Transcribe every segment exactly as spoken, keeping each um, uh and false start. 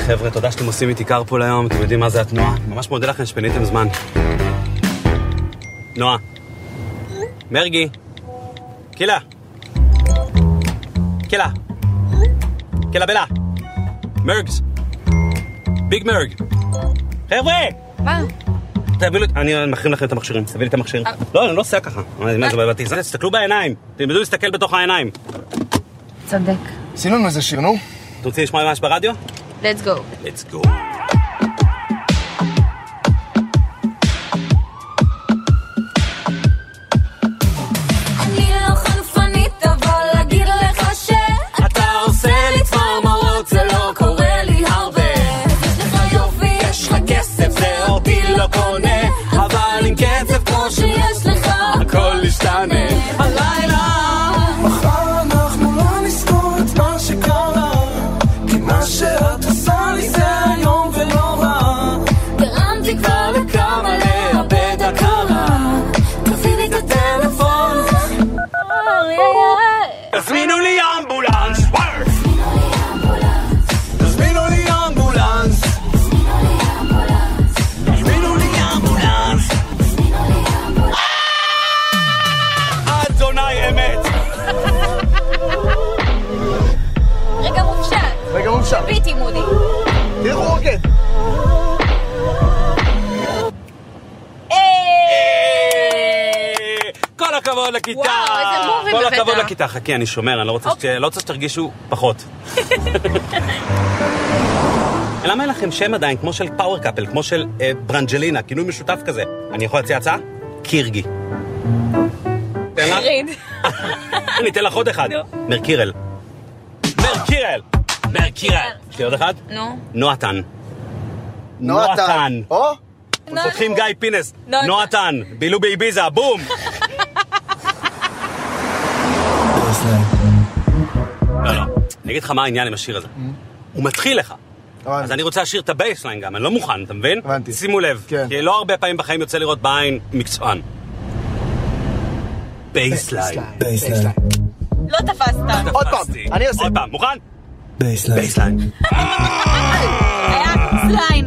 חבר'ה, תודה שאתם עושים איתי קרפול היום, אתם יודעים מה זה התנועה. ממש מודה לכם שפניתם זמן. נועה. מרגי. קילה. קילה. קילה בלה. מרגס. ביג מרג. חבר'ה! מה? תביאו לי, אני מחרים לכם את המכשירים, תביאו לי את המכשירים. לא, אני לא עושה ככה. מה זה בבתי? תסתכלו בעיניים. תלמדו להסתכל בתוך העיניים. צודק. עשינו לנו איזה שיר, נו? אתה רוצה לשמוע ממש ברדיו? Let's go. Let's go. שיש לך הכל ישתנה הלילה מחר אנחנו לא נזכור את מה שקרה כי מה שאת עושה לי זה היום ולא רע גרמתי כבר לכמה לאבד הכרה תביא לי את הטלפון תזמינו לי אמבולנס תזמינו לי אמבולנס תזמינו לי אמבולנס אדוני אמת. רגע מופשט. רגע מופשט. ביטי מודי. תראו רוקט. כל הכבוד לכיתה. וואו, איזה מובים כל בבטח. הכבוד לכיתה. חכי, אני שומר, אני לא רוצה שת- לא רוצה שתרגישו פחות. למה אין לכם שם עדיין, כמו של פאוור קאפל, כמו של אה, ברנג'לינה, כינוי משותף כזה? אני יכול להציע הצעה? קירגי. תן לך? ריד. אני אתן לך עוד אחד. מרקירל. מרקירל. מרקירל. יש לי עוד אחד? נו. נועתן. נועתן. או? פותחים גיא פינס. נועתן. נועתן. בילו באביזה, בום. לא, לא. אני אגיד לך מה העניין עם השיר הזה. הוא מתחיל לך. אז אני רוצה להשאיר את הבייסליין גם, אני לא מוכן, אתה מבין? הבנתי. שימו לב, כן. כי לא הרבה פעמים בחיים יוצא לראות בעין מקצוען. בייסליין. בייסליין. לא תפסת. עוד פעם, אני עושה. עוד פעם, מוכן? בייסליין. בייסליין. היה סליין.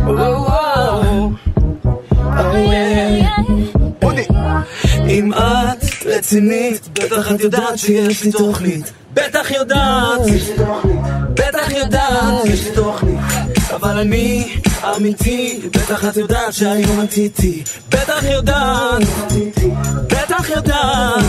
אודי. אם את רצינית בטח את יודעת שיש לי תוכנית בטח יודעת בטח יודעת יש לי תוכנית אבל אני אמיתי בטח את יודעת שהיום את איתי בטח יודעת בטח יודעת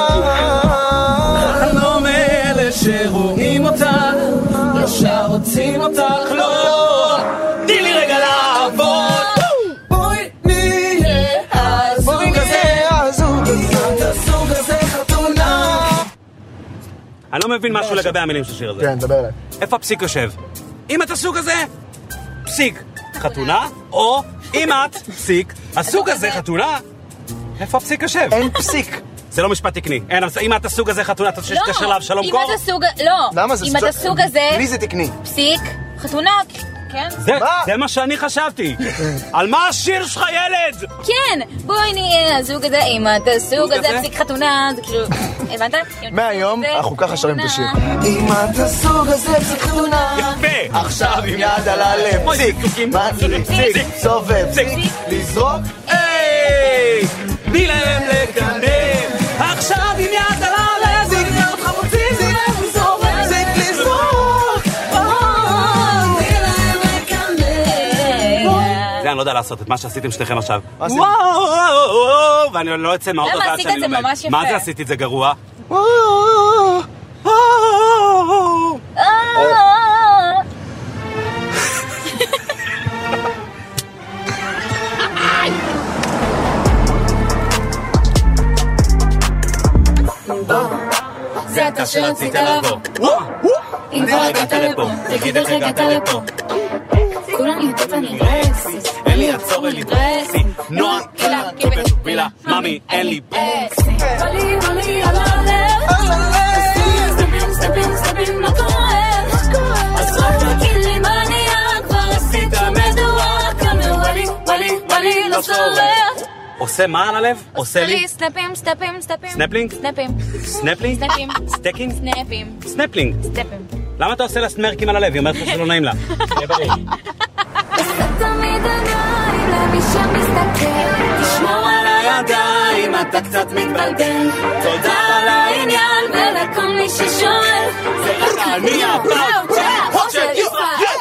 אני לא מאלה שרואים אותך ישר רוצים אותך לא תני לי רגע לעבוד בואי נהיה הזוג הזה הזוג הזה חתונה אני לא מבין משהו לגבי המילים של השיר הזה. כן, דבר אליי. איפה הפסיק יושב? אם את הסוג הזה, פסיק, חתונה, או אם את, פסיק, הסוג הזה, חתונה, איפה הפסיק יושב? אין פסיק. זה לא משפט תקני. אין, אם את הסוג הזה, חתונה, אתה חושב שתקשר אליו שלום קור? אם אתה סוג... לא. למה זה? אם אתה סוג הזה... לי זה תקני. פסיק, חתונה, כן? זה, מה? זה מה שאני חשבתי. על מה השיר שלך, ילד? כן, בואי נהיה הזוג הזה, אם אתה סוג הזה, הזה? פסיק חתונה, זה כאילו... הבנת? מהיום אנחנו ככה שרים את השיר. אם את הסוג הזה פסיק חתונה יפה. עכשיו עם יד על הלב. פסיק, מציק, פסיק, סובב, פסיק, לזרוק. היי! תני להם לקדם עכשיו עם יד על הלב זה להיות חמוצים זה לזרוק זה לזרוק תני להם לקדם זה אני לא יודע לעשות את מה שעשיתם שניכם עכשיו. מה עשיתם? וואו, ואני לא יוצא מהאוטו למה? עד עשית שאני את זה לומד. ממש יפה. מה זה עשיתי את זה גרוע? זה אתה שרצית לבוא אם כבר הגעת לפה תגיד איך הגעת לפה כולם יודעת אני ברקסית אין לי עצור, אין לי ברקסית. נועה, קילה, קיפט, וילה, ממי, אין לי ברקסית. עלי עלי על הלב סטפים סטפים סטפים לא קורה אז רק תגיד לי מה נהיה כבר עשית מדוע כמה וואלי וואלי וואלי לא סורר עושה מה על הלב? עושה לי? סנפים, סטפים, סטפים. סנפלינג? סנפים. סנפלינג? סנפים. סטקינג? סנפים. סנפלינג. סטפים. למה אתה עושה לה סמרקים על הלב? היא אומרת לך שלא נעים לה. תהיה בריא. תשמור על הידיים, אתה קצת מתבלבל. תודה על העניין ולכל מי ששואל. זה רק אני הפאוץ' הפאוץ' של ישראל.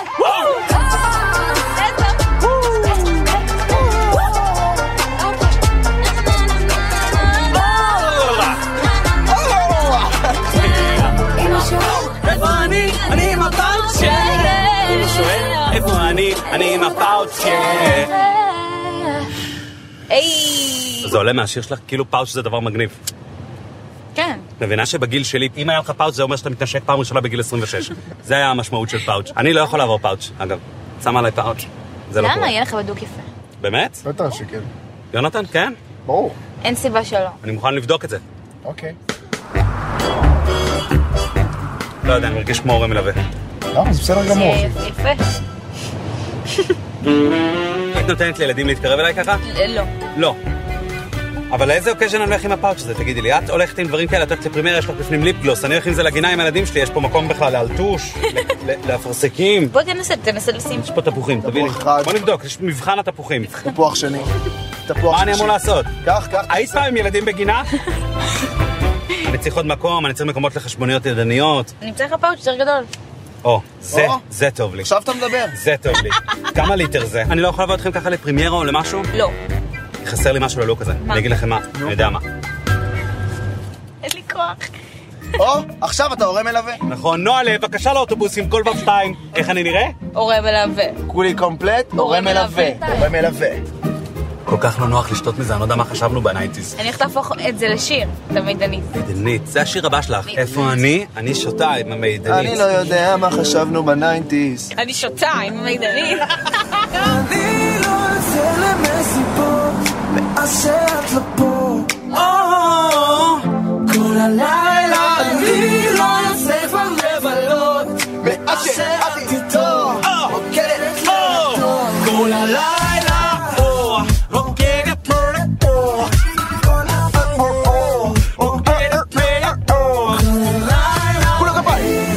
איפה אני? אני עם הפאוץ'. אני שואל איפה אני? אני עם הפאוץ'. זה עולה מהשיר שלך, כאילו פאוץ' זה דבר מגניב. כן. מבינה שבגיל שלי, אם היה לך פאוץ' זה אומר שאתה מתנשק פעם ראשונה בגיל עשרים ושש. זה היה המשמעות של פאוץ'. אני לא יכול לעבור פאוץ', אגב. שמה עליי פאוץ'. זה לא קורה. למה? יהיה לך בדוק יפה. באמת? בטח שכן. יונתן, כן? ברור. אין סיבה שלא. אני מוכן לבדוק את זה. אוקיי. לא יודע, אני מרגיש כמו הורה מלווה. למה? זה בסדר גמור. זה יפה. היית נותנת לילדים להתקרב אליי ככה? לא. לא. אבל לאיזה אוקז'ן אני הולך עם הפאוץ' הזה? תגידי לי, את הולכת עם דברים כאלה, את הולכת לפרימר, יש לך בפנים ליפ גלוס, אני הולך עם זה לגינה עם הילדים שלי, יש פה מקום בכלל לאלטוש, לאפרסקים. בוא תנסה, תנסה לשים. יש פה תפוחים, תביא לי. אחד. בוא נבדוק, יש מבחן התפוחים. תפוח שני. תפוח מה אני אמור לעשות? כך, כך. היית פעם עם ילדים בגינה? אני צריך עוד מקום, אני צריך מקומות לחשבוניות ידניות. אני צריך לך פאוץ' יותר גדול. או, זה, או. זה טוב לי. עכשיו אתה מדבר. זה טוב לי. כמה ליטר זה? אני לא יכול לבוא אתכם ככה לפרימיירה או למשהו? לא. חסר לי משהו ללוק הזה. מה? אני אגיד לכם מה, אני יודע מה. אין לי כוח. או, עכשיו אתה הורה מלווה. נכון, נועלה, בבקשה לאוטובוסים, כל וו שתיים. איך אני נראה? הורה מלווה. כולי קומפלט, הורה הורה מלווה. מלווה. הורה מלווה. כל כך לא נוח לשתות מזה, אני לא יודע מה חשבנו בניינטיז. אני הולכת להפוך את זה לשיר, את המידנית. מידנית, זה השיר הבא שלך. מידנית. איפה אני? אני שותה עם המידנית. אני לא יודע מה חשבנו בניינטיז. אני שותה עם המידנית. אני לא יוצא למסיבות מאז שאת לא פה. כל הלילה אני לא יוצא כבר לבלות מאז שאת איתו. רוקדת לאטו. כל הלילה רוקדת לאטו. רוקדת לאטו. כולה כפיים.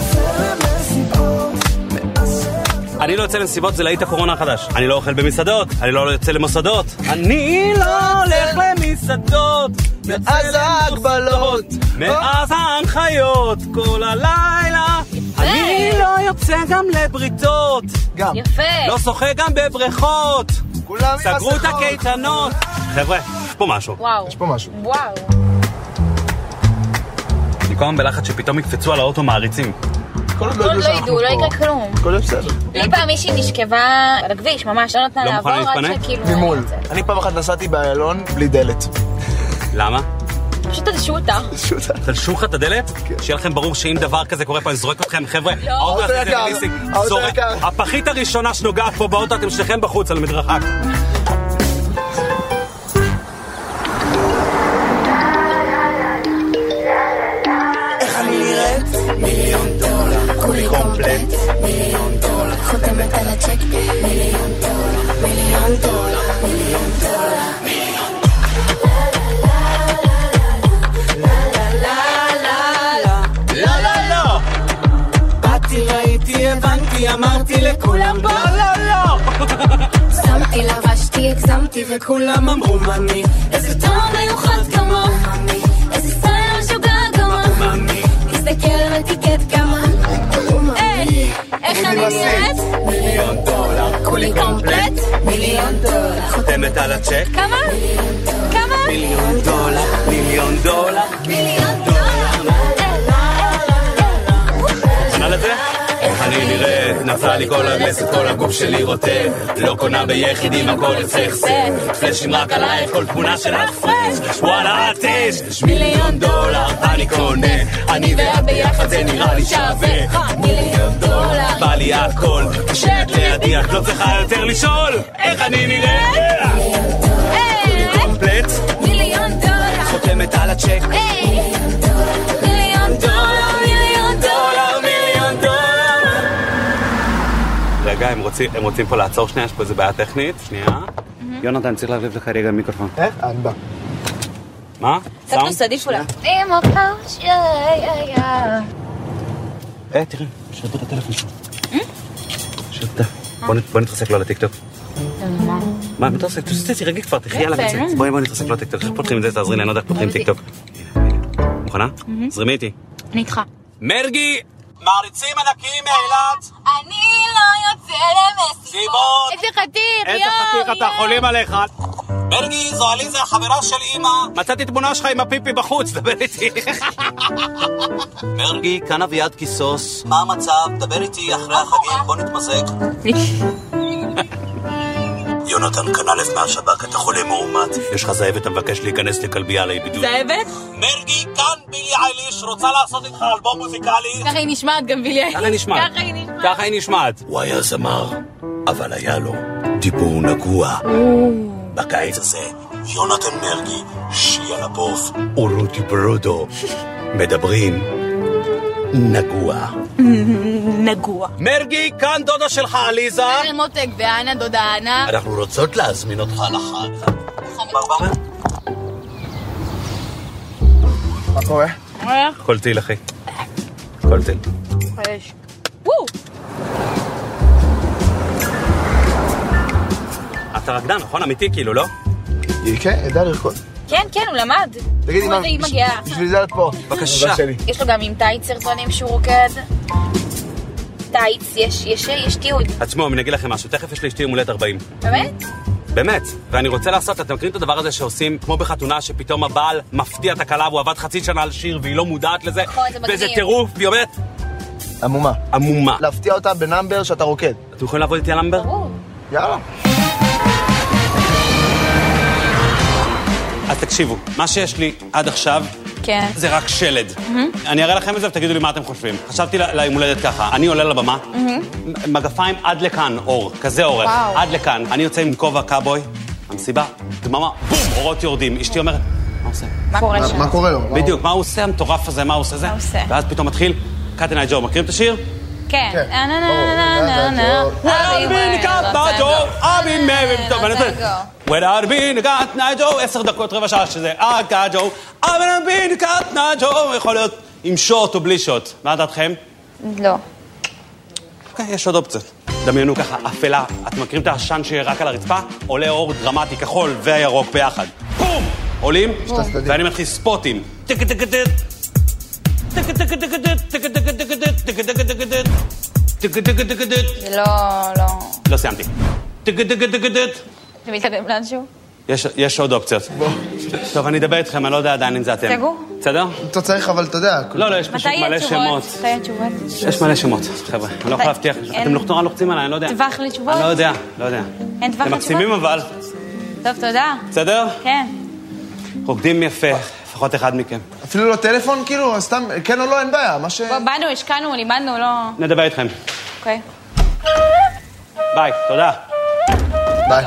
אני לא יוצא למסיבות, זה להיט הקורונה החדש. אני לא אוכל במסעדות, אני לא יוצא למוסדות. אני לא הולך למסעדות, מאז ההגבלות. מאז ההנחיות, כל הלילה. אני לא יוצא גם לבריתות, גם. יפה. לא שוחה גם בבריכות. כולם עם סגרו את מסכות. הקייטנות. חבר'ה, יש פה משהו. וואו. יש פה משהו. וואו. אני כל הזמן בלחץ שפתאום יקפצו על האוטו מעריצים. כל עוד לא שאנחנו ידעו, לא פה. יקרה כלום. הכל בסדר. לי פעם מישהי נשכבה על הכביש, ממש, לא נתנה לא לעבור, מוכנה עד להתפנק? שכאילו... ממול. אני יוצאת. אני פעם אחת נסעתי באיילון בלי דלת. למה? פשוט תדשו אותה. פשוט. תלשו לך את הדלת? שיהיה לכם ברור שאם דבר כזה קורה פה, אני זורק אתכם, חבר'ה. לא. האוטו האוטו הזה יקר, וניסים, האוטו זורק. יקר. הפחית הראשונה שנוגעת פה באוטו, אתם שניכם בחוץ על המדרכה. איך אני נראית? מיליון דולר, כולי קומפלט. מיליון דולר, חותמת על הצ'ק. מיליון דולר, מיליון דולר, מיליון דולר, מיליון לא, לא, לא. באתי, ראיתי, הבנתי, אמרתי לכולם בוא. לא, לא. שמתי, לבשתי, הגזמתי וכולם אמרו ממי איזה טוב מיוחד כמה איזה סטייל משוגע כמה תסתכל וטיקט כמה איך אני נראית? מיליון דולר כולי קומפלט מיליון דולר חותמת על הצ'ק. כמה? כמה? מיליון דולר, מיליון דולר. מיליון דולר. שנה לזה? איך אני נראית? נפלה לי כל הגלסת, כל הגוף שלי רוטט. לא קונה ביחידים, הכל יפסק. פלשים רק עלייך, כל תמונה שלך פרש. וואלה, את אש. מיליון דולר, אני קונה. אני ואת ביחד זה נראה לי שווה. מיליון דולר. בא לי הכל, כשאת לידי את לא צריכה יותר לשאול. איך אני נראית? קומפלט. מיליון דולר. חותמת על הצ'ק. מיליון דולר. מיליון דולר. מיליון דולר. רגע, הם רוצים, הם רוצים פה לעצור שנייה, יש פה איזה בעיה טכנית. שנייה. יונתן, צריך להבליב לך רגע מיקרופון. איך? אני בא. מה? סקטוס עדיף אולי. עם הפאוץ' יא יא יא אה, תראי, שרדו את הטלפון שלו. שרדה. בוא נתרסק לו לטיקטוק. מה? מה, מתרסק? תרגי כבר, תחי עליו את זה. בואי, בואי נתרסק לו לטיקטוק. איך פותחים את זה? תעזרי לי, אני לא יודע איך פותחים טיקטוק. מוכנה? זרימי איתי. אני איתך. מרגי! מעריצים ענקיים מאילת! אני לא יוצא למסיבות. סיבות! איזה חתיך, איזה חתיך, אתה חולים עליך. מרגי, זו עליזה, החברה של אמא. מצאתי תמונה שלך עם הפיפי בחוץ, דבר איתי. מרגי, כאן אביעד כיסוס. מה המצב? דבר איתי אחרי החגים, בוא נתמזג. יונתן כנלף מהשב"כ, אתה חולה מאומת. יש לך זאבת, אתה מבקש להיכנס לכלבייה לבידוד. זאבת? מרגי, כאן בילי אייליש, רוצה לעשות איתך אלבום מוזיקלי. ככה היא נשמעת גם בילי אייליש. ככה היא נשמעת. ככה היא נשמעת. ככה היא נשמעת. הוא היה זמר, אבל היה לו דיבור נגוע. בקיץ הזה, יונתן מרגי, שיה לבוף, ורותי ברודו, מדברים נגוע. נגוע. מרגי, כאן דודה שלך, עליזה. אהל מותק ואנה, דודה אנה. אנחנו רוצות להזמין אותך לחג. ברברה? מה קורה? כל טיל, אחי. כל טיל. חלש. וואו! אתה רקדן, נכון? אמיתי, כאילו, לא? כן, ידע לרקוד. כן, כן, הוא למד. תגידי, מה, היא מגיעה. בשביל זה את פה. בבקשה. יש לו גם עם טייץ סרטונים שהוא רוקד. טייץ, יש, יש, יש תיעוד. עצמו, אני אגיד לכם משהו, תכף יש לי אשתי יום הולדת ארבעים. באמת? באמת, ואני רוצה לעשות, אתם מכירים את הדבר הזה שעושים כמו בחתונה, שפתאום הבעל מפתיע את הכלה, והוא עבד חצי שנה על שיר, והיא לא מודעת לזה, נכון, זה מגניב. וזה טירוף, והיא אומרת, עמומה. עמומה. להפתיע אותה בנאמבר שאתה רוקד. אתם יכולים לעבוד איתי על אמבר? ברור. יאללה. אז תקשיבו, מה שיש לי עד עכשיו, כן. זה רק שלד. אני אראה לכם את זה ותגידו לי מה אתם חושבים. חשבתי ליום הולדת ככה, אני עולה לבמה, מגפיים עד לכאן, אור, כזה אורך, עד לכאן. אני יוצא עם כובע קאבוי, המסיבה, דממה, בום, אורות יורדים. אשתי אומרת, מה עושה? מה קורה שם? מה קורה לו? בדיוק, מה הוא עושה, המטורף הזה, מה הוא עושה זה? מה הוא עושה? ואז פתאום מתחיל, קטנה ג'ו, מכירים את השיר? כן. כן. נה נה נה נה נה. Without being קטנה ג'ו, I've been married. טוב, אני רוצה... Without being קטנה ג'ו, עשר דקות, רבע שעה שזה, קטנה ג'ו, I've been קטנה ג'ו, יכול להיות עם שוט או בלי שוט. מה דעתכם? לא. אוקיי, יש עוד אופציות. דמיינו ככה, אפלה. אתם מכירים את העשן שירק על הרצפה? עולה אור דרמטי, כחול והירוק ביחד. בום! עולים, ואני מתחיל ספוטים. טק טק טק טק טק טק טק טק טק טק טק טק. זה לא, לא. לא סיימתי. טק טק טק טק טק. אתה מתקדם לאנשהו? יש עוד אופציות. טוב, אני אדבר איתכם, אני לא יודע עדיין אם זה אתם. סגור? בסדר? אתה צריך, אבל אתה יודע. לא, לא, יש פשוט מלא שמות. מתי התשובות? יש מלא שמות, חבר'ה. אני לא יכול להבטיח. אתם נורא לוחצים עליי, אני לא יודע. טווח לתשובות? אני לא יודע, לא יודע. אין טווח לתשובות? אתם מקסימים אבל. טוב, תודה. בסדר? כן. רוקדים יפה, לפחות אחד מכם. אפילו לא טלפון, כאילו, סתם, כן או לא, אין בעיה, מה ש... בוא, באנו, השקענו, לימדנו, לא... נדבר איתכם. אוקיי. ביי, תודה. ביי.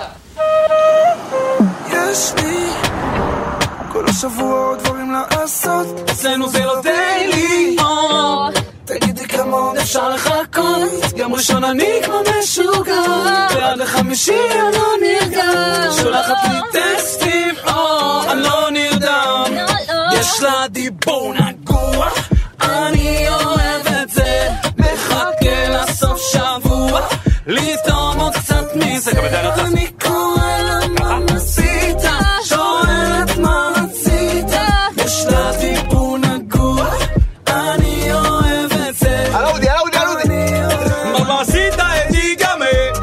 יש לי כל השבוע עוד דברים לעשות, אצלנו זה לא דיילי. תגידי כמה עוד אפשר לחכות, יום ראשון אני כמו משוגע, ועד לחמישי אני לא נרגע, שולחת לי טקסטים, אני לא נרדם, יש לה דיבור נגוע, אני אוהב את זה, מחכה לסוף שבוע, לטעום עוד קצת מזה. אני קורא לה ממסיתה, שואלת מה רצית, יש לה דיבור נגוע, אני אוהב את זה. על אודי, על אודי, על אודי. ממסיתה אתי גם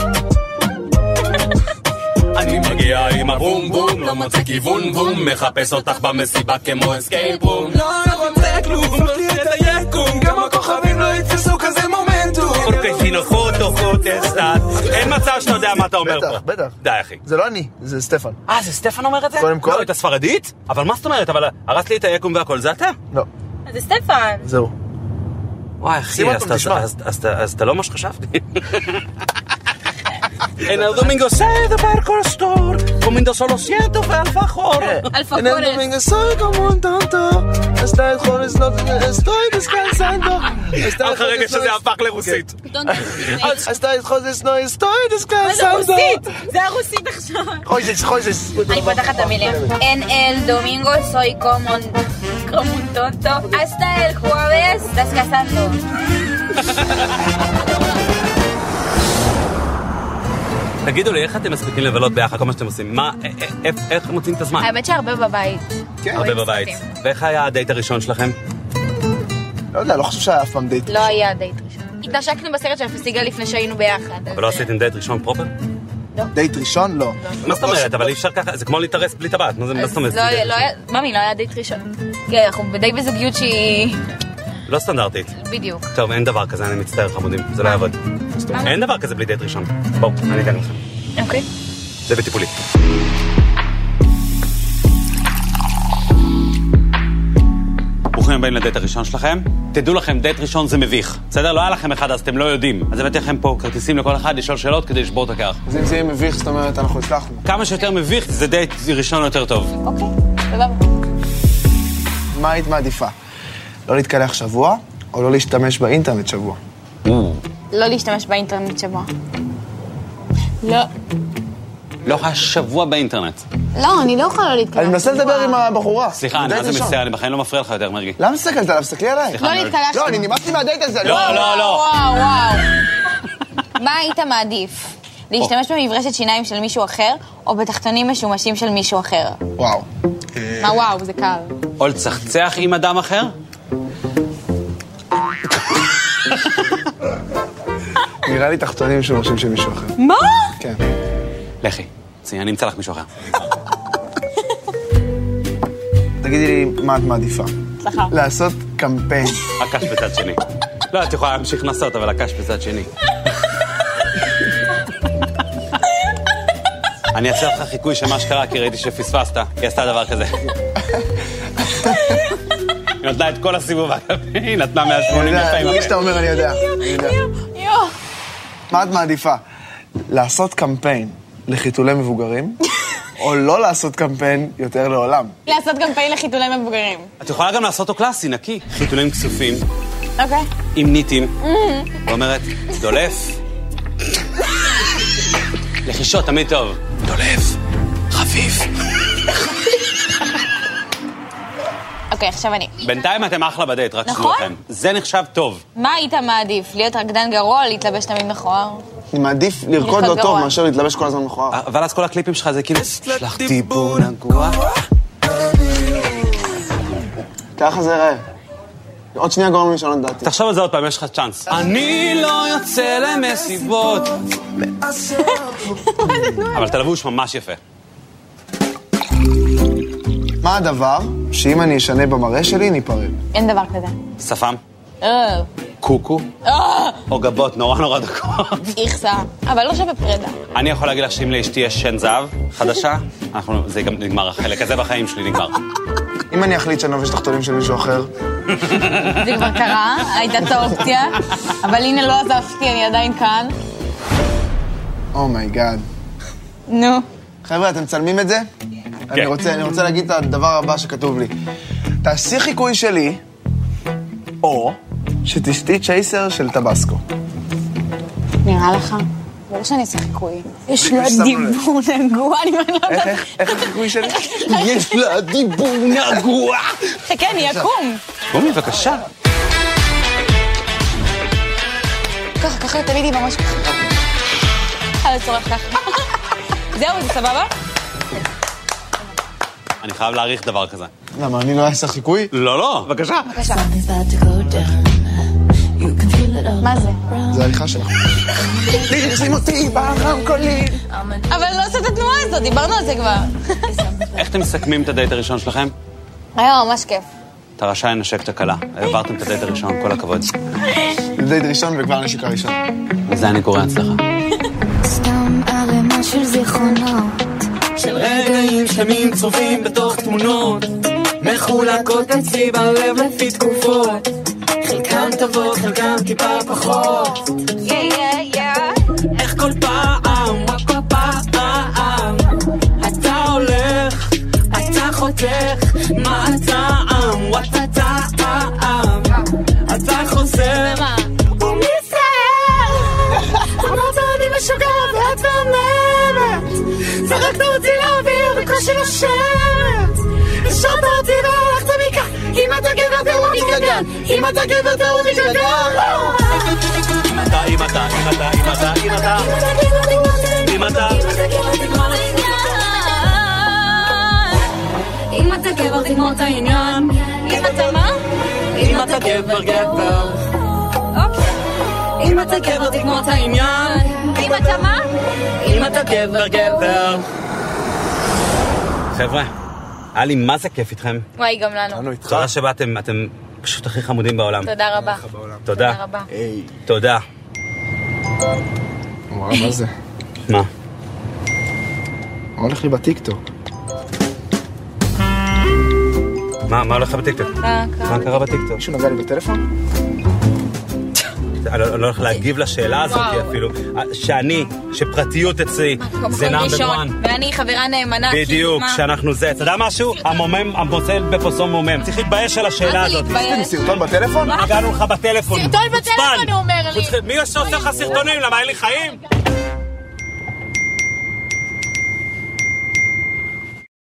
אני מגיע עם הבום בום, לא מוצא כיוון בום, מחפש אותך במסיבה כמו אסקייפ רום. לא רוצה כלום, לא תהיה את היקום, גם הכוכבים לא יתפסו כזה מומנטום. porque si no foto, foto estás. אין מצב שאתה יודע מה אתה אומר פה. בטח, בטח. די, אחי. זה לא אני, זה סטפן. אה, זה סטפן אומר את זה? קודם כל. לא, את הספרדית? אבל מה זאת אומרת? אבל הרסת לי את היקום והכל, זה אתה? לא. זה סטפן. זהו. וואי, אחי, שים אז אותו, אתה- תשמע. אז- אז אתה- אז אתה לא מה שחשבתי. En el domingo se de Percostor, comiendo solo siento alfajor. אלפא En el קורס. domingo soy como un tonto. Hasta el jueves no estoy descansando. Hasta על el לך רגע jueves שזה no- הפך לרוסית. Hasta el jueves no estoy מה זה descansando. רוסית? זה הרוסית עכשיו. חויזס, חויזס. אני פותחת את המילים. En el domingo soy como un, como un tonto. Hasta el jueves descansando. תגידו לי, איך אתם מספיקים לבלות ביחד, כל מה שאתם עושים? מה, איך מוצאים את הזמן? האמת שהרבה בבית. הרבה בבית. ואיך היה הדייט הראשון שלכם? לא יודע, לא חושב שהיה אף פעם דייט. לא היה דייט ראשון. התנשקנו בסרט של הפסטיגל לפני שהיינו ביחד. אבל לא עשיתם דייט ראשון פרופר? לא. דייט ראשון? לא. מה זאת אומרת? אבל אי אפשר ככה, זה כמו להתארס בלי טבעת. מה זאת אומרת? ממי, לא היה דייט ראשון. כן, אנחנו די בזוגיות שהיא... לא סטנדרטית. בדיוק. טוב, אין דבר כזה, אני מצטער חמודים. זה לא יעבוד. אין דבר כזה בלי דייט ראשון. בואו, אני אתן לכם. אוקיי. זה בטיפולי. ברוכים הבאים לדייט הראשון שלכם. תדעו לכם, דייט ראשון זה מביך. בסדר? לא היה לכם אחד, אז אתם לא יודעים. אז הבאתי לכם פה כרטיסים לכל אחד, לשאול שאלות כדי לשבור את הקר. אז אם זה יהיה מביך, זאת אומרת, אנחנו הצלחנו. כמה שיותר מביך, זה דייט ראשון יותר טוב. אוקיי, סבבה. מה היית מעדיפה? לא להתקלח שבוע, או לא להשתמש באינטרנט שבוע? לא להשתמש באינטרנט שבוע. לא. לא יכולה שבוע באינטרנט. לא, אני לא יכולה לא להתקלח. אני מנסה לדבר עם הבחורה. סליחה, אני מה זה מצטער, אני בחיים לא מפריע לך יותר, מרגי. למה מסתכלת עליו? סתכלי עליי. לא להתקלח. לא, אני נמאסתי מהדייט הזה. לא, לא, לא. וואו, וואו. מה היית מעדיף? להשתמש במברשת שיניים של מישהו אחר, או בתחתונים משומשים של מישהו אחר? וואו. מה וואו, זה קל. או לצחצח עם אדם אחר? נראה לי תחתונים משומשים של מישהו אחר. מה? כן. לכי, אני אמצא לך מישהו אחר. תגידי לי, מה את מעדיפה? סליחה. לעשות קמפיין. הקש בצד שני. לא, את יכולה להמשיך לנסות, אבל הקש בצד שני. אני אעשה לך חיקוי של מה שקרה, כי ראיתי שפספסת. היא עשתה דבר כזה. היא נתנה את כל הסיבוב, היא נתנה מאה ושמונים יפים. מי שאתה אומר, אני יודע. מה את מעדיפה? לעשות קמפיין לחיתולי מבוגרים, או לא לעשות קמפיין יותר לעולם? לעשות קמפיין לחיתולי מבוגרים. את יכולה גם לעשות אותו קלאסי, נקי. חיתולים כסופים. אוקיי. עם ניטים. ואומרת, דולף. לחישות, תמיד טוב. דולף. חפיף. אוקיי, עכשיו אני. בינתיים אתם אחלה בדייט, רק נכון? שתדעו לכם. זה נחשב טוב. מה היית מעדיף? להיות רקדן גרוע או להתלבש תמיד מכוער? אני מעדיף לרקוד לא טוב מאשר להתלבש כל הזמן מכוער. אבל אז כל הקליפים שלך זה כאילו... שלח דיבור נגוע. ככה זה יראה. עוד שנייה גורם לי לשנות דעתי. תחשוב על זה עוד פעם, יש לך צ'אנס. אני לא יוצא למסיבות. אבל אתה לבוש ממש יפה. מה הדבר שאם אני אשנה במראה שלי, ניפרד? אין דבר כזה. שפם? קוקו? או גבות נורא נורא דקות? איכסה. אבל לא שווה פרידה. אני יכול להגיד לך שאם לאשתי יש שן זהב חדשה, זה גם נגמר החלק הזה בחיים שלי נגמר. אם אני אחליט שאני לובש תחתונים של מישהו אחר? זה כבר קרה, הייתה את האופציה, אבל הנה לא עזבתי, אני עדיין כאן. אומייגאד. נו. חבר'ה, אתם מצלמים את זה? אני רוצה, אני רוצה להגיד את הדבר הבא שכתוב לי. תעשי חיקוי שלי, או שתשתי צ'ייסר של טבסקו. נראה לך? ברור שאני אעשה חיקוי. יש לה דיבור נגוע, אני אומרת לא יודעת. איך החיקוי שלי? יש לה דיבור נגוע. חכה, אני אקום. קומי, בבקשה. ככה, ככה, תמיד היא ממש ככה. על הצורך ככה. זהו, זה סבבה? אני חייב להעריך דבר כזה. למה, אני לא אעשה חיקוי? לא, לא, בבקשה. בבקשה. מה זה? זה העריכה שלך. תשים אותי ברמקולים. אבל לא עושה את התנועה הזאת, דיברנו על זה כבר. איך אתם מסכמים את הדייט הראשון שלכם? היה ממש כיף. אתה רשאי לנשק את הקלה. העברתם את הדייט הראשון, כל הכבוד. דייט ראשון וכבר נשיקה ראשון. וזה אני קורא הצלחה. סתם ערימה של זיכרונות, של רגעים שלמים צרובים בתוך תמונות, מחולקות אצלי בלב לפי תקופות, חלקם טובות, חלקם טיפה פחות. איך כל פעם, כל פעם אתה הולך, אתה חותך, מה הטעם, what הטעם, אתה חוזר ומצטער, אמרת אני משוגע ואת מהממת, זרקת אותי לאוויר בקושי נושמת, השארת אותי והלכת מכאן, אם אתה גבר תראו מתגגן, אם אתה גבר תראו מתגגן, אם אתה, אם אתה, אם אתה, אם אתה, אם אתה, אם אתה... אם אתה גבר תגמור את העניין. אם אתה מה? אם אתה גבר גבר. אם אתה גבר תגמור את העניין. אם אתה מה? אם אתה גבר גבר. חבר'ה, היה לי מה זה כיף איתכם. וואי, גם לנו. אנו איתך. תודה שבאתם, אתם פשוט הכי חמודים בעולם. תודה רבה. תודה. תודה רבה. היי. תודה. וואו, מה זה? מה? מה הולך לי בטיקטוק? מה, מה הולך לך בטיקטוק? מה קרה? מה קרה בטיקטוק? מישהו נגע לי בטלפון? אני לא הולך להגיב לשאלה הזאת אפילו. שאני, שפרטיות אצלי, זה נאמבר וואן. ואני חברה נאמנה. בדיוק, שאנחנו זה. אתה יודע משהו? המומם, המוצא בפוסום מומם. צריך להתבייש על השאלה הזאת. עשיתי לי סרטון בטלפון? הגענו לך בטלפון. סרטון בטלפון, הוא אומר לי. מי שעושה לך סרטונים? למה אין לי חיים?